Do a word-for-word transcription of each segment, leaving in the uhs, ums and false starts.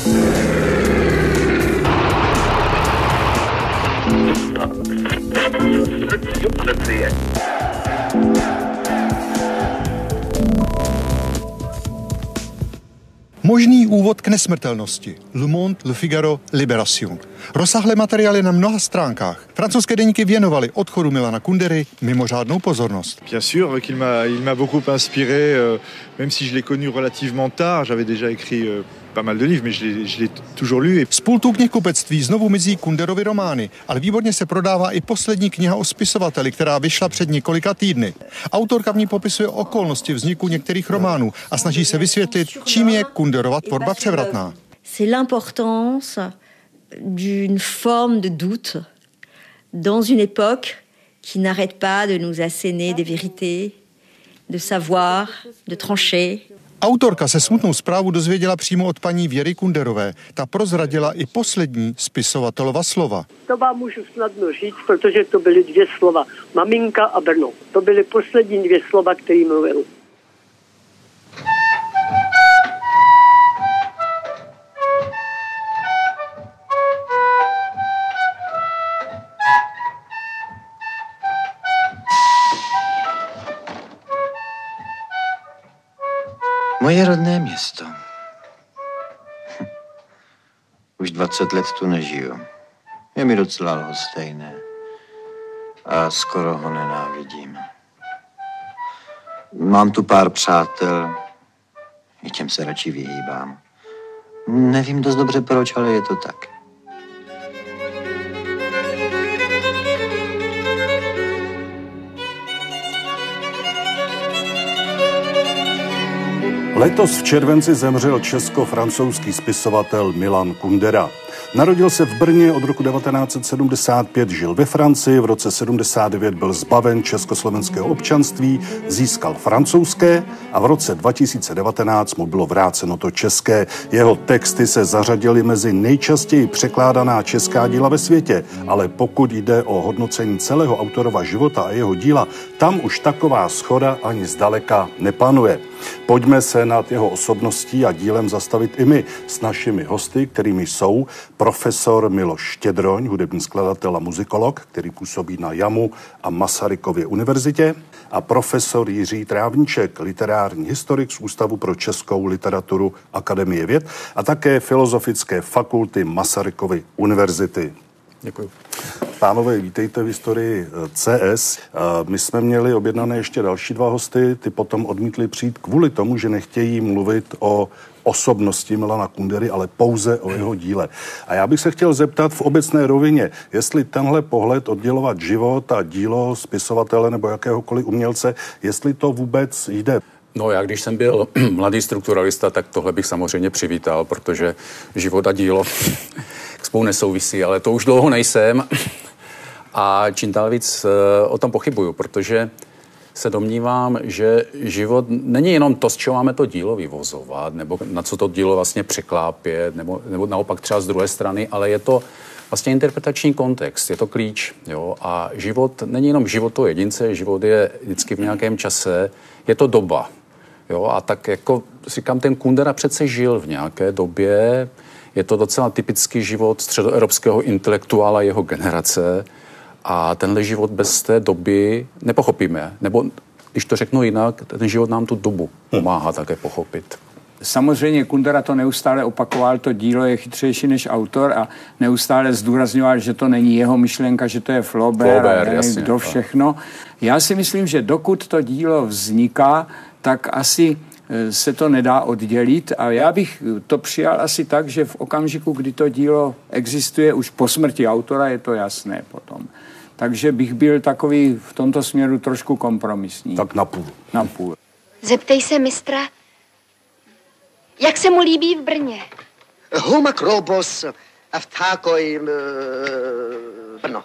Možný úvod k nesmrtelnosti. Le Monde, Le Figaro, Libération. Rozsáhlé materiály na mnoha stránkách. Francouzské deníky věnovaly odchodu Milana Kundery mimořádnou pozornost. Bien sûr qu'il m'a il m'a beaucoup inspiré, euh, même si je l'ai connu relativement tard, j'avais déjà écrit euh, pas mal de livres, mais je l'ai, je l'ai toujours lu. Z pultu knihkupectví znovu mizí Kunderovy romány, ale výborně se prodává i poslední kniha o spisovateli, která vyšla před několika týdny. Autorka v ní popisuje okolnosti vzniku některých románů a snaží se vysvětlit, čím je Kunderova tvorba převratná. C'est l'importance d'une forme de doute dans une époque qui n'arrête pas de nous asséner des vérités, de savoir, de trancher. Autorka se smutnou zprávu dozvěděla přímo od paní Věry Kunderové. Ta prozradila i poslední spisovatelova slova. To vám můžu snadno říct, protože to byly dvě slova. Maminka a Brno. To byly poslední dvě slova, které mluvil. Moje rodné město. Hm. Už dvacet let tu nežiju. Je mi docela lhostejné. A skoro ho nenávidím. Mám tu pár přátel. I těm se radši vyhýbám. Nevím dost dobře proč, ale je to tak. Letos v červenci zemřel česko-francouzský spisovatel Milan Kundera. Narodil se v Brně, od roku devatenáct set sedmdesát pět žil ve Francii, v roce sedmdesát devět byl zbaven československého občanství, získal francouzské a v roce dva tisíce devatenáct mu bylo vráceno to české. Jeho texty se zařadily mezi nejčastěji překládaná česká díla ve světě, ale pokud jde o hodnocení celého autorova života a jeho díla, tam už taková shoda ani zdaleka nepanuje. Pojďme se nad jeho osobností a dílem zastavit i my s našimi hosty, kterými jsou profesor Miloš Štědroň, hudební skladatel a muzikolog, který působí na JAMu a Masarykově univerzitě, a profesor Jiří Trávníček, literární historik z Ústavu pro českou literaturu Akademie věd a také Filozofické fakulty Masarykovy univerzity. Děkuji. Pánové, vítejte v historii C S. My jsme měli objednané ještě další dva hosty, ty potom odmítli přijít kvůli tomu, že nechtějí mluvit o osobnosti Milana Kundery, ale pouze o jeho díle. A já bych se chtěl zeptat v obecné rovině, jestli tenhle pohled oddělovat život a dílo spisovatele nebo jakéhokoliv umělce, jestli to vůbec jde. No já, když jsem byl mladý strukturalista, tak tohle bych samozřejmě přivítal, protože život a dílo spolu nesouvisí, ale to už dlouho nejsem. A čím dál víc o tom pochybuju, protože se domnívám, že život není jenom to, z čeho máme to dílo vyvozovat, nebo na co to dílo vlastně překlápět, nebo, nebo naopak třeba z druhé strany, ale je to vlastně interpretační kontext, je to klíč. Jo? A život není jenom život toho jedince, život je vždycky v nějakém čase, je to doba. Jo? A tak jako říkám, ten Kundera přece žil v nějaké době, je to docela typický život středoevropského intelektuála jeho generace a tenhle život bez té doby nepochopíme. Nebo, když to řeknu jinak, ten život nám tu dobu pomáhá také pochopit. Samozřejmě Kundera to neustále opakoval, to dílo je chytřejší než autor a neustále zdůrazňoval, že to není jeho myšlenka, že to je Flaubert, Flaubert a jasně, kdo všechno. Já si myslím, že dokud to dílo vzniká, tak asi se to nedá oddělit a já bych to přijal asi tak, že v okamžiku, kdy to dílo existuje, už po smrti autora je to jasné potom. Takže bych byl takový v tomto směru trošku kompromisní. Tak na půl. Na půl. Zeptej se mistra, jak se mu líbí v Brně. Humakrobos a vtákoj Brno.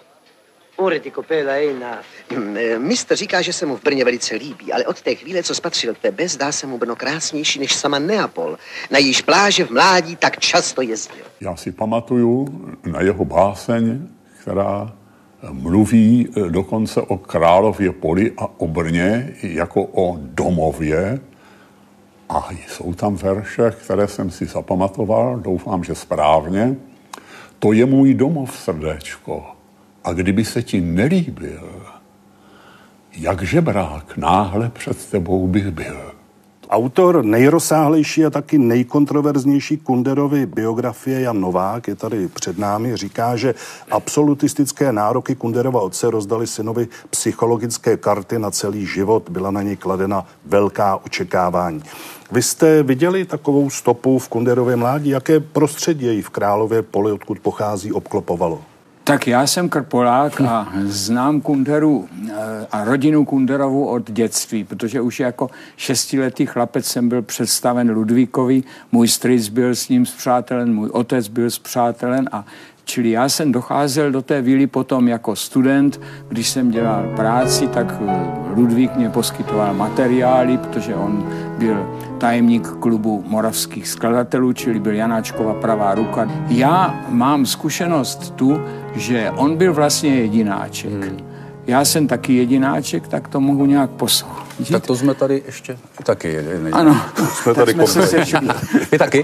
Mistr říká, že se mu v Brně velice líbí, ale od té chvíle, co spatřil tebe, zdá se mu Brno krásnější než sama Neapol, na jejíž pláže v mládí tak často jezdil. Já si pamatuju na jeho báseň, která mluví dokonce o Králově poli a o Brně jako o domově. A jsou tam verše, které jsem si zapamatoval, doufám, že správně. To je můj domov, srdéčko, a kdyby se ti nelíbil, jak žebrák náhle před tebou bych byl. Autor nejrozsáhlejší a taky nejkontroverznější Kunderovy biografie Jan Novák je tady před námi. Říká, že absolutistické nároky Kunderova otce rozdali synovi psychologické karty na celý život. Byla na něj kladena velká očekávání. Vy jste viděli takovou stopu v Kunderově mládí? Jaké prostředí jej v Králově Poli, odkud pochází, obklopovalo? Tak já jsem Krpolák a znám Kunderu a rodinu Kunderovu od dětství, protože už jako šestiletý chlapec jsem byl představen Ludvíkovi, můj strýc byl s ním spřátelen, můj otec byl spřátelen a čili já jsem docházel do té víly potom jako student, když jsem dělal práci, tak Ludvík mě poskytoval materiály, protože on byl tajemník klubu moravských skladatelů, čili byl Janáčkova pravá ruka. Já mám zkušenost tu, že on byl vlastně jedináček. Hmm. Já jsem taky jedináček, tak to mohu nějak posoudit. Tak to jsme tady ještě taky jeden. Ano. Jsme tady jsme se sešli. Vy taky?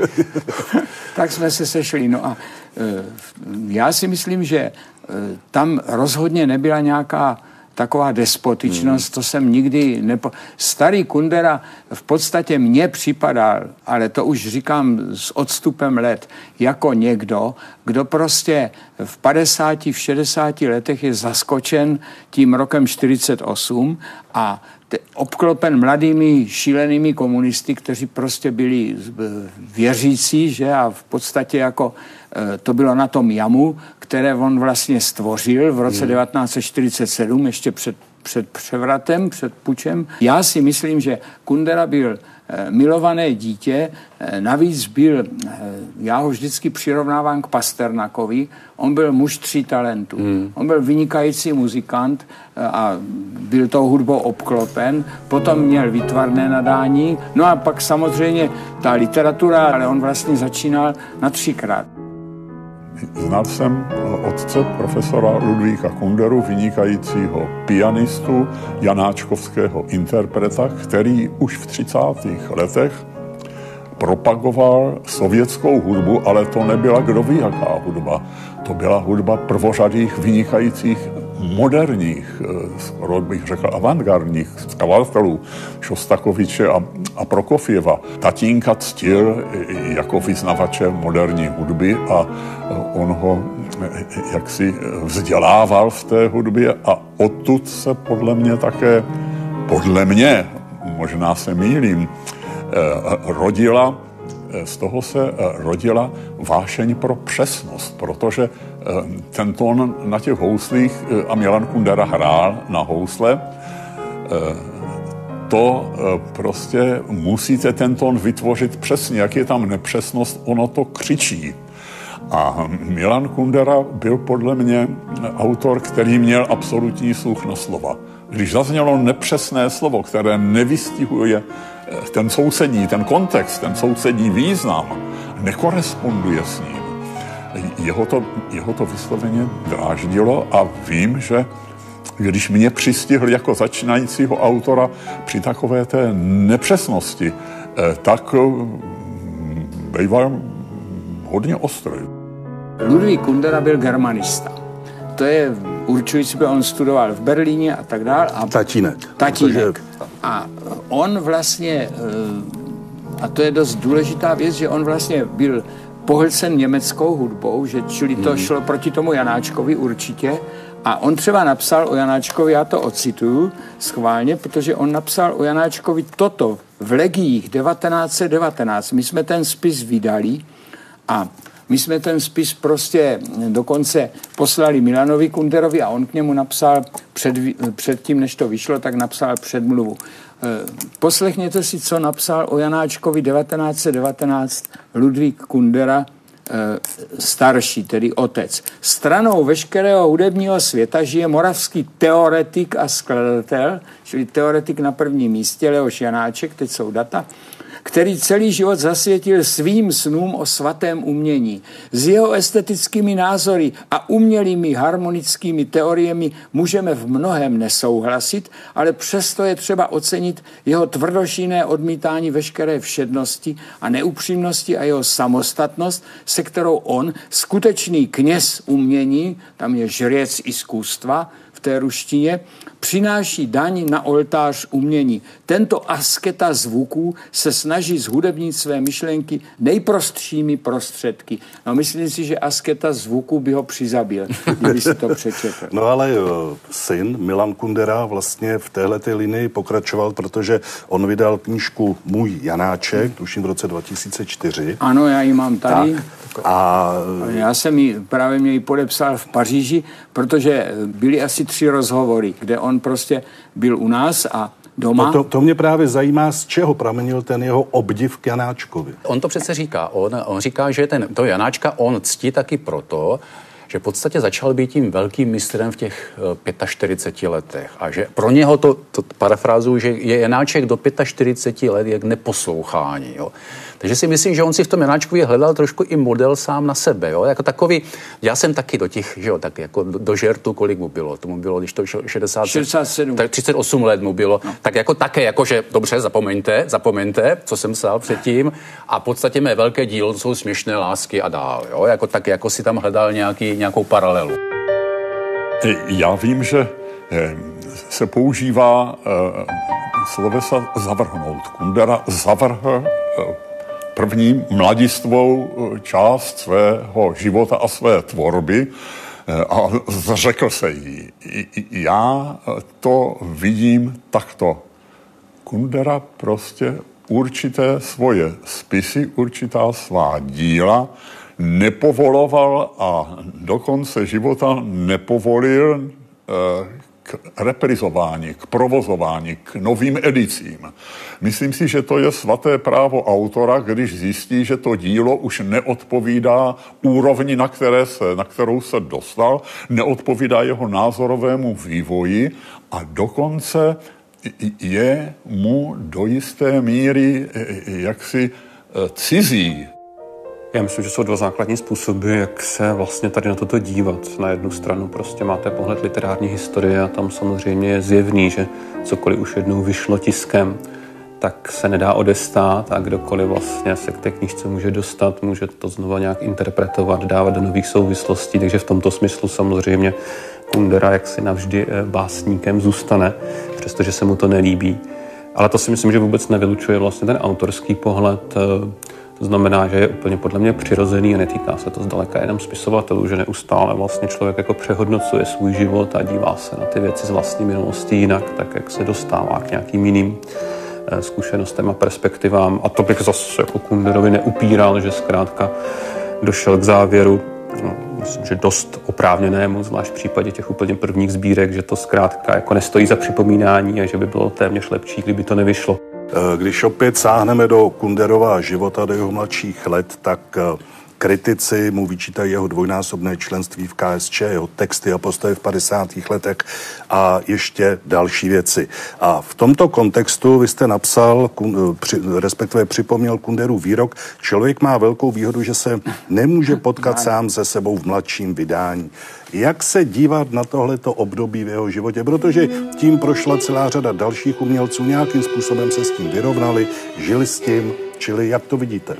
Tak jsme se sešli. No a e, já si myslím, že e, tam rozhodně nebyla nějaká taková despotičnost, hmm. to jsem nikdy nepo... Starý Kundera v podstatě mně připadal, ale to už říkám s odstupem let, jako někdo, kdo prostě v padesáti, v šedesáti letech je zaskočen tím rokem čtyřicet osm a te, obklopen mladými šílenými komunisty, kteří prostě byli věřící, že a v podstatě jako to bylo na tom jamu, které on vlastně stvořil v roce hmm. devatenáct set čtyřicet sedm, ještě před, před převratem, před pučem. Já si myslím, že Kundera byl eh, milované dítě, eh, navíc byl, eh, já ho vždycky přirovnávám k Pasternakovi, on byl muž tří talentů. Hmm. On byl vynikající muzikant eh, a byl tou hudbou obklopen, potom měl výtvarné nadání, no a pak samozřejmě ta literatura, ale on vlastně začínal na třikrát. Znal jsem otce profesora Ludvíka Kunderu, vynikajícího pianistu, janáčkovského interpreta, který už v třicátých letech propagoval sovětskou hudbu, ale to nebyla kdo ví jaká hudba. To byla hudba prvořadých, vynikajících, moderních, skoro bych řekl avantgardních skladatelů, Šostakoviče a, a Prokofjeva. Tatínka ctil jako vyznavače moderní hudby a on ho jaksi vzdělával v té hudbě a odtud se podle mě také, podle mě, možná se mýlím, rodila, z toho se rodila vášeň pro přesnost, protože ten tón na těch houslích, a Milan Kundera hrál na housle, to prostě musíte ten tón vytvořit přesně, jak je tam nepřesnost, ono to křičí. A Milan Kundera byl podle mě autor, který měl absolutní sluch na slova. Když zaznělo nepřesné slovo, které nevystihuje ten sousední, ten kontext, ten sousední význam, nekoresponduje s ním, jeho to, jeho to vysloveně dráždilo a vím, že když mě přistihl jako začínajícího autora při takové té nepřesnosti, tak býval hodně ostrý. Ludvík Kundera byl germanista. To je určující, že on studoval v Berlíně a tak dále. A tatínek. Tatínek. A on vlastně, a to je dost důležitá věc, že on vlastně byl pohlcen německou hudbou, že čili to šlo proti tomu Janáčkovi určitě. A on třeba napsal o Janáčkovi, já to ocituju schválně, protože on napsal o Janáčkovi toto v Legiích devatenáct set devatenáct. My jsme ten spis vydali a my jsme ten spis prostě dokonce poslali Milanovi Kunderovi a on k němu napsal před, před tím, než to vyšlo, tak napsal předmluvu. Poslechněte si, co napsal o Janáčkovi devatenáct set devatenáct Ludvík Kundera, starší, tedy otec. Stranou veškerého hudebního světa žije moravský teoretik a skladatel, čili teoretik na prvním místě, Leoš Janáček, teď jsou data, který celý život zasvětil svým snům o svatém umění. S jeho estetickými názory a umělými harmonickými teoriemi můžeme v mnohem nesouhlasit, ale přesto je třeba ocenit jeho tvrdošíjné odmítání veškeré všednosti a neupřímnosti a jeho samostatnost, se kterou on, skutečný kněz umění, tam je žrec izkůstva v té ruštině, přináší daň na oltář umění. Tento asketa zvuků se snaží zhudebnit své myšlenky nejprostšími prostředky. No, myslím si, že asketa zvuků by ho přizabil, kdyby si to přečetl. No ale jo, syn Milan Kundera vlastně v téhleté linii pokračoval, protože on vydal knížku Můj Janáček, tuším v roce dva tisíce čtyři. Ano, já ji mám tady. Tak. A já jsem ji právě mě ji podepsal v Paříži, protože byly asi tři rozhovory, kde on prostě byl u nás a doma. No to, to mě právě zajímá, z čeho pramenil ten jeho obdiv k Janáčkovi. On to přece říká. On, on říká, že ten, to Janáčka on ctí taky proto, že v podstatě začal být tím velkým mistrem v těch čtyřiceti pěti letech. A že pro něho to, to parafrázuju, že je Janáček do čtyřiceti pěti let jak neposlouchání. Jo. Takže si myslím, že on si v tom Janáčkovi hledal trošku i model sám na sebe. Jo. Jako takový, já jsem taky do těch, že jo, tak jako do, do žertu, kolik mu bylo. Tomu bylo, když to šedesát sedm tak třicet osm let mu bylo. No. Tak jako také, jakože, dobře, zapomeňte, zapomeňte, co jsem psal předtím. A v podstatě mé velké dílo, to jsou Směšné lásky a dál. Jo. Jako, tak jako si tam hledal nějaký, nějakou paralelu. Já vím, že se používá slovesa zavrhnout. Kundera zavrhl první mladistvou část svého života a své tvorby a zřekl se jí. Já to vidím takto. Kundera prostě určité svoje spisy, určitá svá díla nepovoloval a do konce života nepovolil k reprizování, k provozování, k novým edicím. Myslím si, že to je svaté právo autora, když zjistí, že to dílo už neodpovídá úrovni, na, které se, na kterou se dostal, neodpovídá jeho názorovému vývoji a dokonce je mu do jisté míry jaksi cizí. Já myslím, že jsou dva základní způsoby, jak se vlastně tady na toto dívat. Na jednu stranu prostě máte pohled literární historie a tam samozřejmě je zjevný, že cokoliv už jednou vyšlo tiskem, tak se nedá odestát a kdokoliv vlastně se k té knížce může dostat, může to znova nějak interpretovat, dávat do nových souvislostí, takže v tomto smyslu samozřejmě Kundera jaksi navždy básníkem zůstane, přestože se mu to nelíbí. Ale to si myslím, že vůbec nevylučuje vlastně ten autorský pohled. To znamená, že je úplně podle mě přirozený a netýká se to zdaleka jenom spisovatelů, že neustále vlastně člověk jako přehodnocuje svůj život a dívá se na ty věci z vlastní minulosti jinak, tak jak se dostává k nějakým jiným zkušenostem a perspektivám. A to bych zase jako Kunderovi neupíral, že zkrátka došel k závěru, no, myslím, že dost oprávněnému, zvlášť v případě těch úplně prvních sbírek, že to zkrátka jako nestojí za připomínání a že by bylo téměř lepší, kdyby to nevyšlo. Když opět sáhneme do Kunderova života, do jeho mladších let, tak kritici mu vyčítají jeho dvojnásobné členství v K S Č, jeho texty a postoje v padesátých letech a ještě další věci. A v tomto kontextu vy jste napsal, respektive připomněl Kunderův výrok, člověk má velkou výhodu, že se nemůže potkat sám se sebou v mladším vydání. Jak se dívat na tohleto období v jeho životě? Protože tím prošla celá řada dalších umělců, nějakým způsobem se s tím vyrovnali, žili s tím, čili jak to vidíte?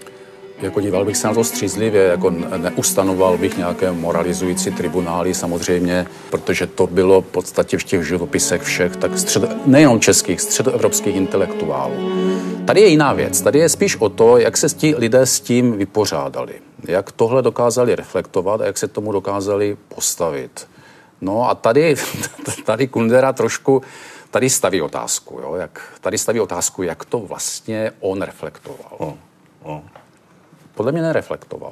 Jako díval bych se na to střízlivě, jako neustanoval bych nějaké moralizující tribunály samozřejmě, protože to bylo v podstatě v těch životopisech všech, tak střed, nejenom českých, středoevropských intelektuálů. Tady je jiná věc, tady je spíš o to, jak se ti lidé s tím vypořádali, jak tohle dokázali reflektovat a jak se tomu dokázali postavit. No a tady, tady Kundera trošku tady staví otázku, jo, jak, tady staví otázku, jak to vlastně on reflektoval. Oh, oh. Podle mě nereflektoval.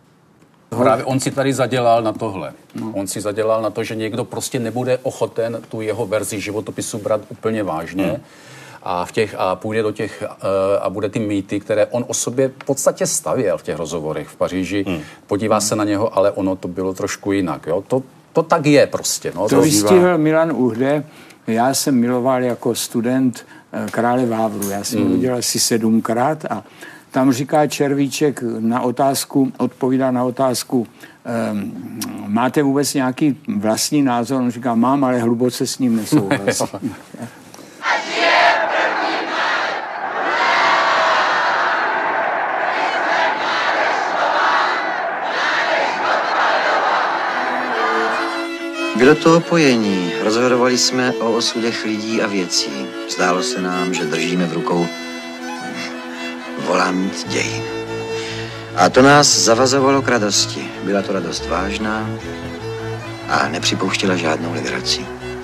Právě on si tady zadělal na tohle. No. On si zadělal na to, že někdo prostě nebude ochoten tu jeho verzi životopisu brát úplně vážně hmm. a, v těch, a půjde do těch uh, a bude ty mýty, které on o sobě v podstatě stavěl v těch rozhovorech v Paříži. Hmm. Podívá se na něho, ale ono to bylo trošku jinak. Jo? To, to tak je prostě. No? To vystihl Milan Uhde. Já jsem miloval jako student Krále Vávru. Já jsem hmm. viděl asi sedmkrát a tam říká Červíček na otázku, odpovídá na otázku, um, máte vůbec nějaký vlastní názor? On říká, mám, ale hluboce s ním nesouhlasím. Bylo to opojení. Rozhodovali jsme o osudech lidí a věcí. Zdálo se nám, že držíme v rukou volant dějin. A to nás zavazovalo k radosti. Byla to radost vážná a nepřipouštěla žádnou legraci.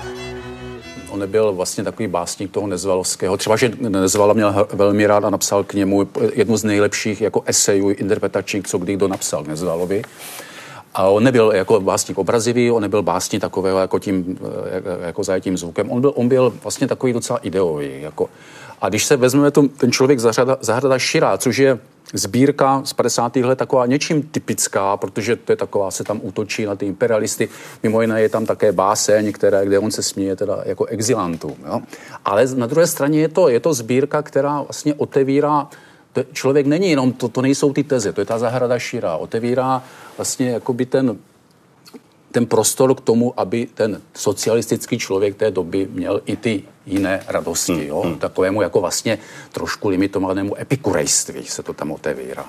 On nebyl vlastně takový básník toho Nezvalovského. Třeba, že Nezvala měl velmi rád a napsal k němu jednu z nejlepších jako esejů interpretačních, co kdy kdo napsal k Nezvalovi. A on nebyl jako básník obrazivý, on nebyl básník takového jako tím, jako zajetím zvukem. On byl, on byl vlastně takový docela ideový. Jako. A když se vezmeme to, ten člověk Zahrada, Zahrada Širá, což je sbírka z padesátých let taková něčím typická, protože to je taková, se tam útočí na ty imperialisty. Mimo jiné je tam také báseň, které, kde on se směje teda jako exilantům. Jo? Ale na druhé straně je to, je to sbírka, která vlastně otevírá. To člověk není jenom, to, to nejsou ty teze, to je ta Zahrada Širá. Otevírá vlastně jakoby ten, ten prostor k tomu, aby ten socialistický člověk té doby měl i ty jiné radosti. Hmm. Jo? Takovému jako vlastně trošku limitovanému epikurejství se to tam otevírá.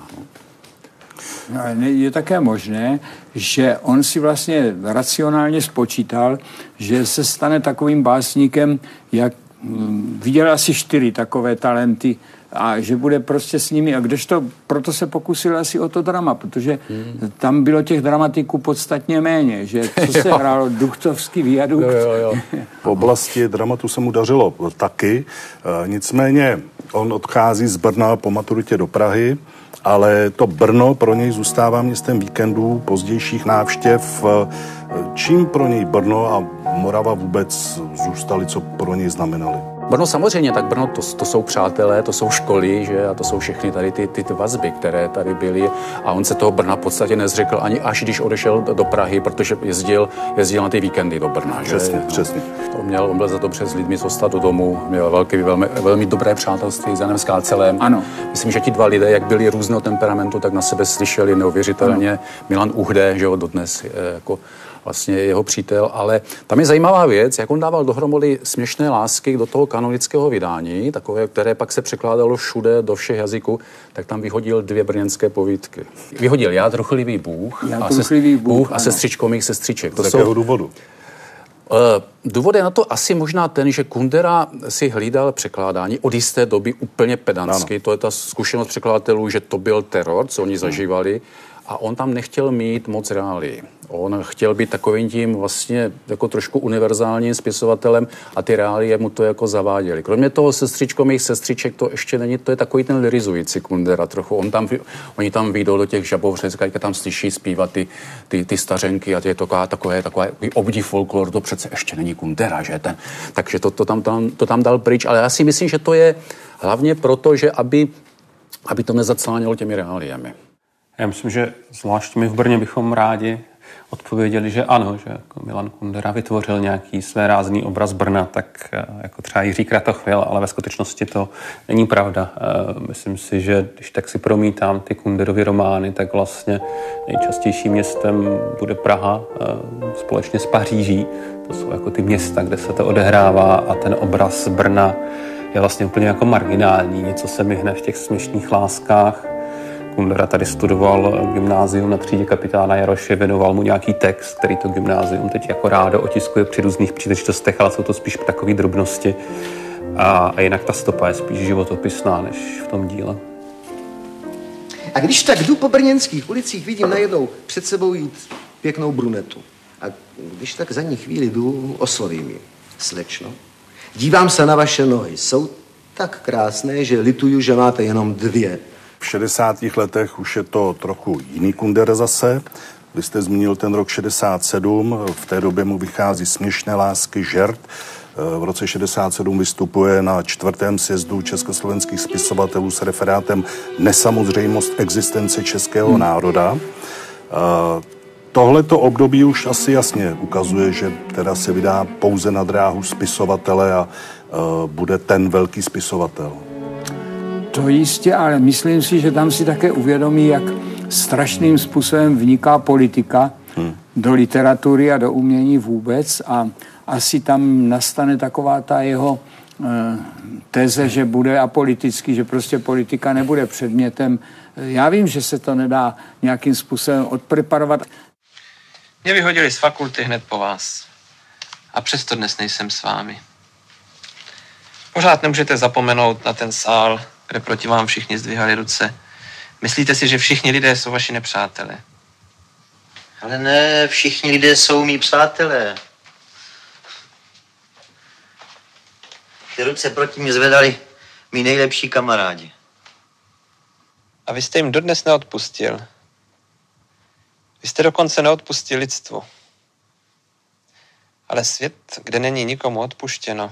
No. Je také možné, že on si vlastně racionálně spočítal, že se stane takovým básníkem, jak viděl asi čtyři takové talenty, a že bude prostě s nimi, a kdežto proto se pokusil asi o to drama, protože hmm. tam bylo těch dramatiků podstatně méně, že co se hrálo, Duchcovský viadukt. Jo, jo, jo. V oblasti dramatu se mu dařilo taky, e, nicméně on odchází z Brna po maturitě do Prahy, ale to Brno pro něj zůstává městem víkendů, pozdějších návštěv. Čím pro něj Brno a Morava vůbec zůstaly, co pro něj znamenaly? Brno samozřejmě, tak Brno to, to jsou přátelé, to jsou školy, že, a to jsou všechny tady ty, ty, ty vazby, které tady byly. A on se toho Brna v podstatě nezřekl ani až když odešel do Prahy, protože jezdil, jezdil na ty víkendy do Brna. Přesně, že? přesně. To měl, on byl za to přes lidmi zůstat do domu, měl velký, velmi, velmi dobré přátelství s Janem Skácelem. Ano. Myslím, že ti dva lidé, jak byli různého temperamentu, tak na sebe slyšeli neuvěřitelně. Ano. Milan Uhde, že jo, dodnes jako vlastně jeho přítel, ale tam je zajímavá věc, jak on dával dohromady Směšné lásky do toho kanonického vydání, takové, které pak se překládalo všude do všech jazyků, tak tam vyhodil dvě brněnské povídky. Vyhodil Já truchlivý Bůh Já a, truchlivý Bůh, Bůh a sestřičko mých sestřiček. To Z jakého důvodu? Uh, důvod je na to asi možná ten, že Kundera si hlídal překládání od jisté doby úplně pedantsky. Ano. To je ta zkušenost překladatelů, že to byl teror, co oni zažívali. A on tam nechtěl mít moc reálii. On chtěl být takovým tím vlastně jako trošku univerzálním spisovatelem a ty reálie mu to jako zaváděly. Kromě toho sestřičko mých sestřiček to ještě není, to je takový ten lyrizující Kundera trochu. On tam, oni tam vyjdou do těch žabovřec, jak tam slyší zpívat ty, ty, ty stařenky a to je taková, takové, takové obdiv folklor, to přece ještě není Kundera, že ten. Takže to, to, tam, tam, to tam dal pryč, ale já si myslím, že to je hlavně proto, že aby, aby to nezaclánělo těmi reáliemi. Já myslím, že zvlášť my v Brně bychom rádi odpověděli, že ano, že jako Milan Kundera vytvořil nějaký své rázný obraz Brna, tak jako třeba Jiří Kratochvil, ale ve skutečnosti to není pravda. Myslím si, že když tak si promítám ty Kunderovy romány, tak vlastně nejčastějším městem bude Praha společně s Paříží. To jsou jako ty města, kde se to odehrává a ten obraz Brna je vlastně úplně jako marginální. Něco se myhne v těch Směšných láskách. Kundera tady studoval gymnázium na třídě kapitána Jaroše, věnoval mu nějaký text, který to gymnázium teď jako rádo otiskuje při různých příležitostech, ale jsou to spíš takové drobnosti. A, a jinak ta stopa je spíš životopisná, než v tom díle. A když tak jdu po brněnských ulicích, vidím najednou před sebou jít pěknou brunetu. A když tak za ní chvíli jdu, oslovím ji. Slečno, dívám se na vaše nohy. Jsou tak krásné, že lituju, že máte jenom dvě. V šedesátých letech už je to trochu jiný Kundera zase. Vy jste zmínil ten rok šedesát sedm, v té době mu vychází Směšné lásky, Žert. V roce šedesát sedm vystupuje na čtvrtém sjezdu československých spisovatelů s referátem Nesamozřejmost existence českého hmm. národa. tohleto období už asi jasně ukazuje, že teda se vydá pouze na dráhu spisovatele a uh, bude ten velký spisovatel. To jistě, ale myslím si, že tam si také uvědomí, jak strašným způsobem vniká politika hmm. do literatury a do umění vůbec a asi tam nastane taková ta jeho uh, teze, že bude apolitický, že prostě politika nebude předmětem. Já vím, že se to nedá nějakým způsobem odpreparovat. Mě vyhodili z fakulty hned po vás. A přesto dnes nejsem s vámi. Pořád nemůžete zapomenout na ten sál, kde proti vám všichni zdvihali ruce. Myslíte si, že všichni lidé jsou vaši nepřátelé? Ale ne, všichni lidé jsou mý přátelé. Ty ruce proti mě zvedali mý nejlepší kamarádi. A vy jste jim dodnes neodpustil. Vy jste dokonce neodpustil lidstvu. Ale svět, kde není nikomu odpuštěno,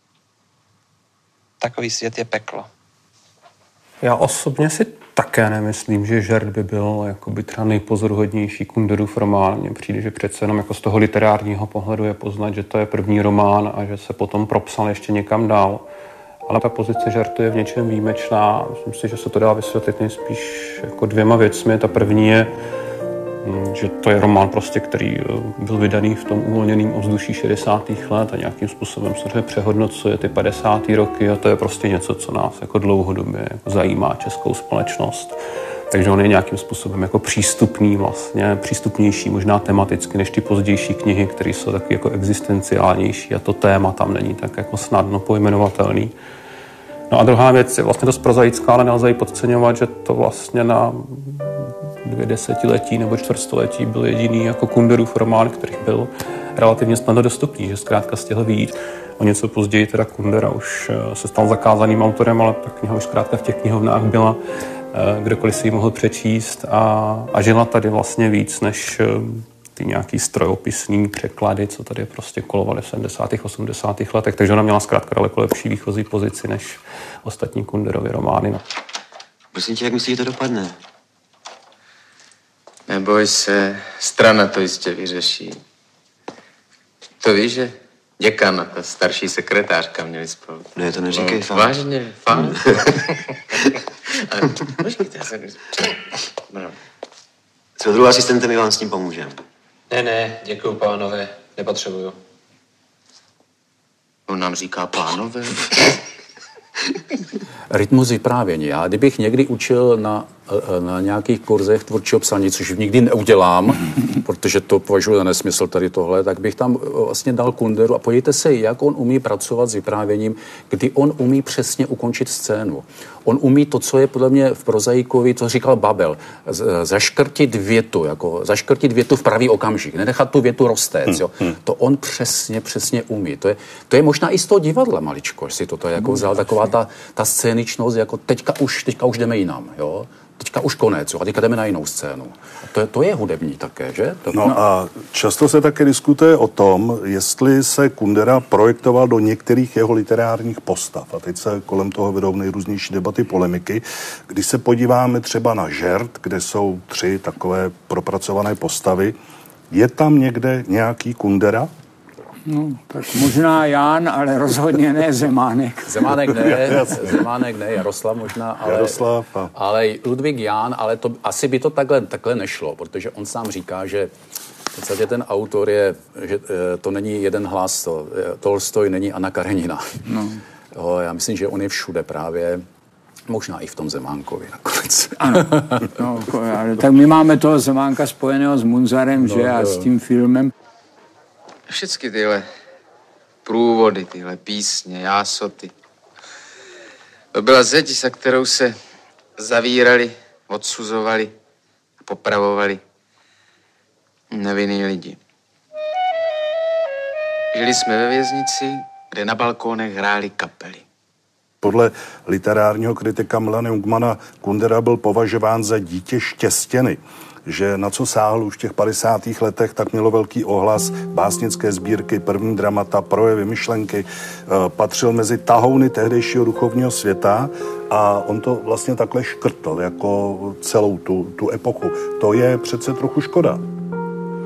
takový svět je peklo. Já osobně si také nemyslím, že Žert by byl jakoby třeba nejpozoruhodnější Kunderův román. Mně přijde, že přece jenom jako z toho literárního pohledu je poznat, že to je první román a že se potom propsal ještě někam dál. Ale ta pozice Žertu je v něčem výjimečná. Myslím si, že se to dá vysvětlit nejspíš jako dvěma věcmi. Ta první je, že to je román, prostě, který byl vydaný v tom uvolněném ovzduší šedesátých let a nějakým způsobem se přehodnocuje ty padesátý roky a to je prostě něco, co nás jako dlouhodobě jako zajímá českou společnost. Takže on je nějakým způsobem jako přístupný vlastně, přístupnější možná tematicky než ty pozdější knihy, které jsou taky jako existenciálnější a to téma tam není tak jako snadno pojmenovatelný. No a druhá věc je vlastně dost prozaická, ale nelze ji podceňovat, že to vlastně na dvě desetiletí nebo čtvrtstoletí byl jediný jako Kunderův román, který byl relativně snadno dostupný, že zkrátka stihl vyjít. O něco později teda Kundera už se stal zakázaným autorem, ale ta kniha už zkrátka v těch knihovnách byla, kdokoliv si ji mohl přečíst a, a žila tady vlastně víc než ty nějaký strojopisný překlady, co tady prostě kolovaly v sedmdesátých osmdesátých letech, takže ona měla zkrátka daleko lepší výchozí pozici než ostatní Kunderovy romány. Prosím tě, jak myslíš, že to dopadne? Neboj se, strana to jistě vyřeší. To víš, že děkan a ta starší sekretářka měli spolu. Ne, to neříkej, no, fakt. Vážně, fakt. Počkejte, já se... Co druhý asistentem, my vám s tím pomůžeme. Ne, ne, děkuju, pánové, nepotřebuju. On nám říká pánové. Rytmus vyprávění. Já kdybych někdy učil na, na nějakých kurzech tvůrčího psaní, což nikdy neudělám, protože to považuji za nesmysl tady tohle, tak bych tam vlastně dal Kunderu a podívejte se, jak on umí pracovat s vyprávěním, kdy on umí přesně ukončit scénu. On umí to, co je podle mě v prozaikovi, to říkal Babel, zaškrtit větu, jako zaškrtit větu v pravý okamžik, nenechat tu větu roztéct, jo. To on přesně, přesně umí. To je, to je možná i z toho divadla maličko, že si toto jako vzal, taková ta, ta scéničnost, jako teďka už, teďka už jdeme jinam, jo. Teďka už konec, jo, a teďka jdeme na jinou scénu. To je, to je hudební také, že? To, no a často se také diskutuje o tom, jestli se Kundera projektoval do některých jeho literárních postav. A teď se kolem toho vedou nejrůznější debaty, polemiky. Když se podíváme třeba na Žert, kde jsou tři takové propracované postavy, je tam někde nějaký Kundera? No, tak možná Jan, ale rozhodně ne Zemánek. Zemánek ne, Zemánek ne, Jaroslav možná, ale, Jaroslav a... ale Ludvík Ján, ale to, asi by to takhle, takhle nešlo, protože on sám říká, že v podstatě ten autor je, že to není jeden hlas, to, Tolstoj není Anna Karenina. No. Jo, já myslím, že on je všude právě, možná i v tom Zemánkovi nakonec. Ano, no, ale tak my máme toho Zemánka spojeného s Munzarem, no, že, a s tím filmem. Všechny tyhle průvody, tyhle písně, jásoty. To byla zeď, za kterou se zavírali, odsuzovali a popravovali nevinný lidi. Žili jsme ve věznici, kde na balkónech hráli kapely. Podle literárního kritika Milana Jungmana Kundera byl považován za dítě štěstěny, že na co sáhl už v těch padesátých letech, tak mělo velký ohlas, básnické sbírky, první dramata, projevy, myšlenky, patřil mezi tahouny tehdejšího duchovního světa a on to vlastně takhle škrtl jako celou tu, tu epochu. To je přece trochu škoda.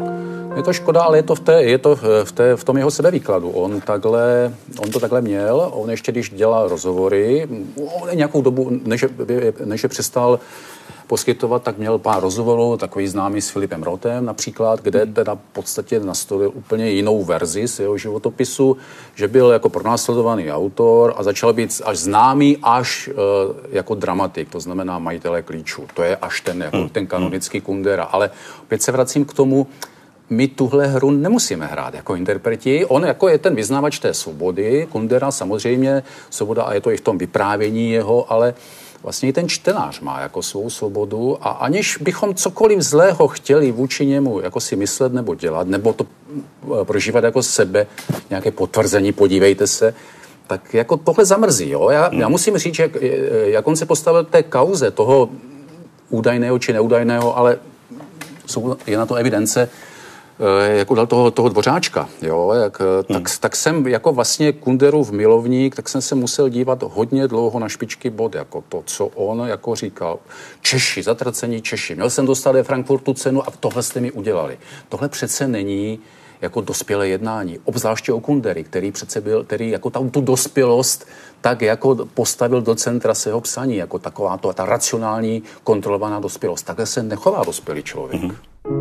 Je to škoda, ale je to v, té, je to v, té, v tom jeho sebevýkladu. On, takhle, on to takhle měl, on ještě když dělal rozhovory, on nějakou dobu, než, než je přestal poskytovat, tak měl pár rozhovorů, takový známý s Filipem Rotem například, kde teda v podstatě nastolil úplně jinou verzi z jeho životopisu, že byl jako pronásledovaný autor a začal být až známý až uh, jako dramatik, to znamená majitele klíčů. To je až ten, jako, ten kanonický Kundera. Ale opět se vracím k tomu, my tuhle hru nemusíme hrát jako interpreti. On jako je ten vyznavač té svobody, Kundera samozřejmě, svoboda a je to i v tom vyprávění jeho, ale vlastně i ten čtenář má jako svou svobodu a aniž bychom cokoliv zlého chtěli vůči němu jako si myslet nebo dělat, nebo to prožívat jako sebe, nějaké potvrzení, podívejte se, tak jako tohle zamrzí. Jo? Já, já musím říct, že jak on se postavil k té kauze toho údajného či neúdajného, ale jsou, je na to evidence, jako dal toho, toho Dvořáčka, jo, jak, hmm. tak, tak jsem jako vlastně Kunderův milovník, tak jsem se musel dívat hodně dlouho na špičky bod, jako to, co on jako říkal. Češi, zatracení Češi. Měl jsem dostat ve Frankfurtu cenu a tohle jste mi udělali. Tohle přece není jako dospělé jednání, obzvláště o Kundery, který přece byl, který jako tam tu dospělost tak jako postavil do centra svého psaní, jako taková to, ta racionální, kontrolovaná dospělost. Takhle se nechová dospělý člověk. Hmm.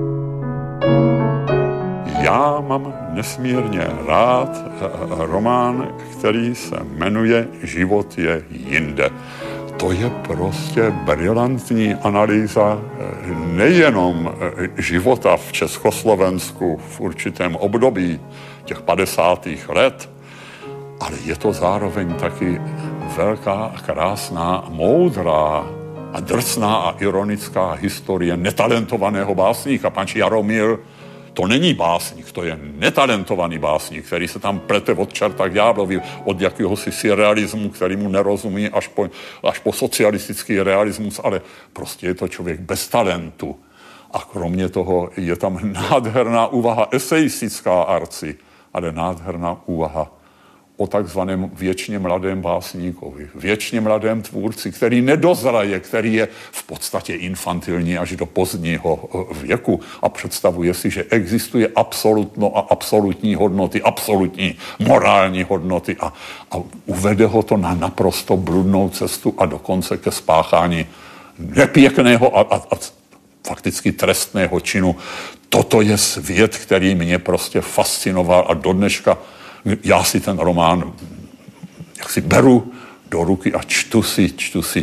Já mám nesmírně rád román, který se jmenuje Život je jinde. To je prostě brilantní analýza nejenom života v Československu v určitém období těch padesátých let, ale je to zároveň taky velká, krásná, moudrá a drsná a ironická historie netalentovaného básníka. Pan Jaromír to není básník, to je netalentovaný básník, který se tam plete od čerta k ďáblovi, od jakéhosi surrealismu, který mu nerozumí, až po, až po socialistický realismus, ale prostě je to člověk bez talentu. A kromě toho je tam nádherná úvaha eseistická arci, ale nádherná úvaha o takzvaném věčně mladém básníkovi, věčně mladém tvůrci, který nedozraje, který je v podstatě infantilní až do pozdního věku a představuje si, že existuje absolutno a absolutní hodnoty, absolutní morální hodnoty a, a uvede ho to na naprosto bludnou cestu a dokonce ke spáchání nepěkného a, a, a fakticky trestného činu. Toto je svět, který mě prostě fascinoval a do dneška já si ten román jak si beru do ruky a čtu si, čtu si.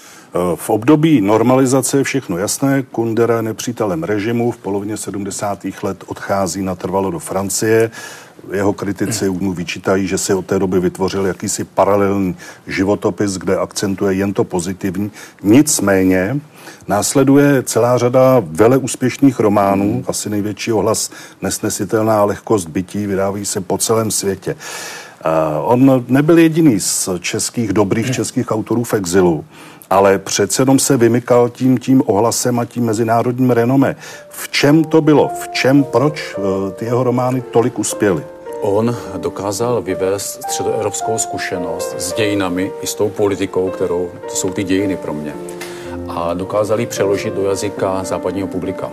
V období normalizace je všechno jasné. Kundera nepřítelem režimu v polovině sedmdesátých let odchází natrvalo do Francie. Jeho kritici mu vyčítají, že si od té doby vytvořil jakýsi paralelní životopis, kde akcentuje jen to pozitivní. Nicméně následuje celá řada veleúspěšných románů, asi největší ohlas Nesnesitelná lehkost bytí, vydávají se po celém světě. Uh, on nebyl jediný z českých, dobrých českých autorů v exilu, ale přece jenom se vymykal tím, tím ohlasem a tím mezinárodním renomé. V čem to bylo? V čem, proč uh, ty jeho romány tolik uspěly? On dokázal vyvést středoevropskou zkušenost s dějinami i s tou politikou, kterou to jsou ty dějiny pro mě. A dokázal ji přeložit do jazyka západního publika.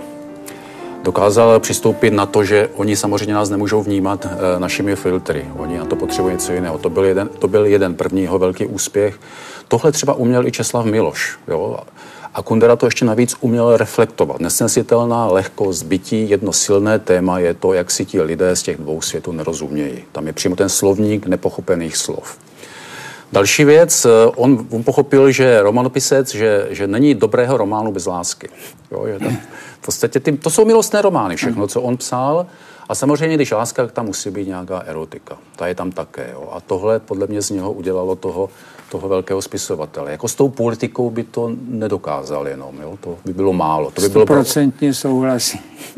Dokázal přistoupit na to, že oni samozřejmě nás nemůžou vnímat e, našimi filtry. Oni na to potřebují něco jiného. To byl jeden, to byl jeden prvního velký úspěch. Tohle třeba uměl i Česlav Miloš. Jo? A Kundera to ještě navíc uměl reflektovat. Nesnesitelná lehkost bytí, jedno silné téma je to, jak si ti lidé z těch dvou světů nerozumějí. Tam je přímo ten slovník nepochopených slov. Další věc, on, on pochopil, že romanopisec, že, že není dobrého románu bez lásky. Jo, že tam, v podstatě ty, to jsou milostné romány, všechno, co on psal. A samozřejmě, když láska, tam musí být nějaká erotika. Ta je tam také. Jo. A tohle podle mě z něho udělalo toho, toho velkého spisovatele. Jako s tou politikou by to nedokázal jenom. Jo. To by bylo málo. To by bylo stoprocentně souhlasím.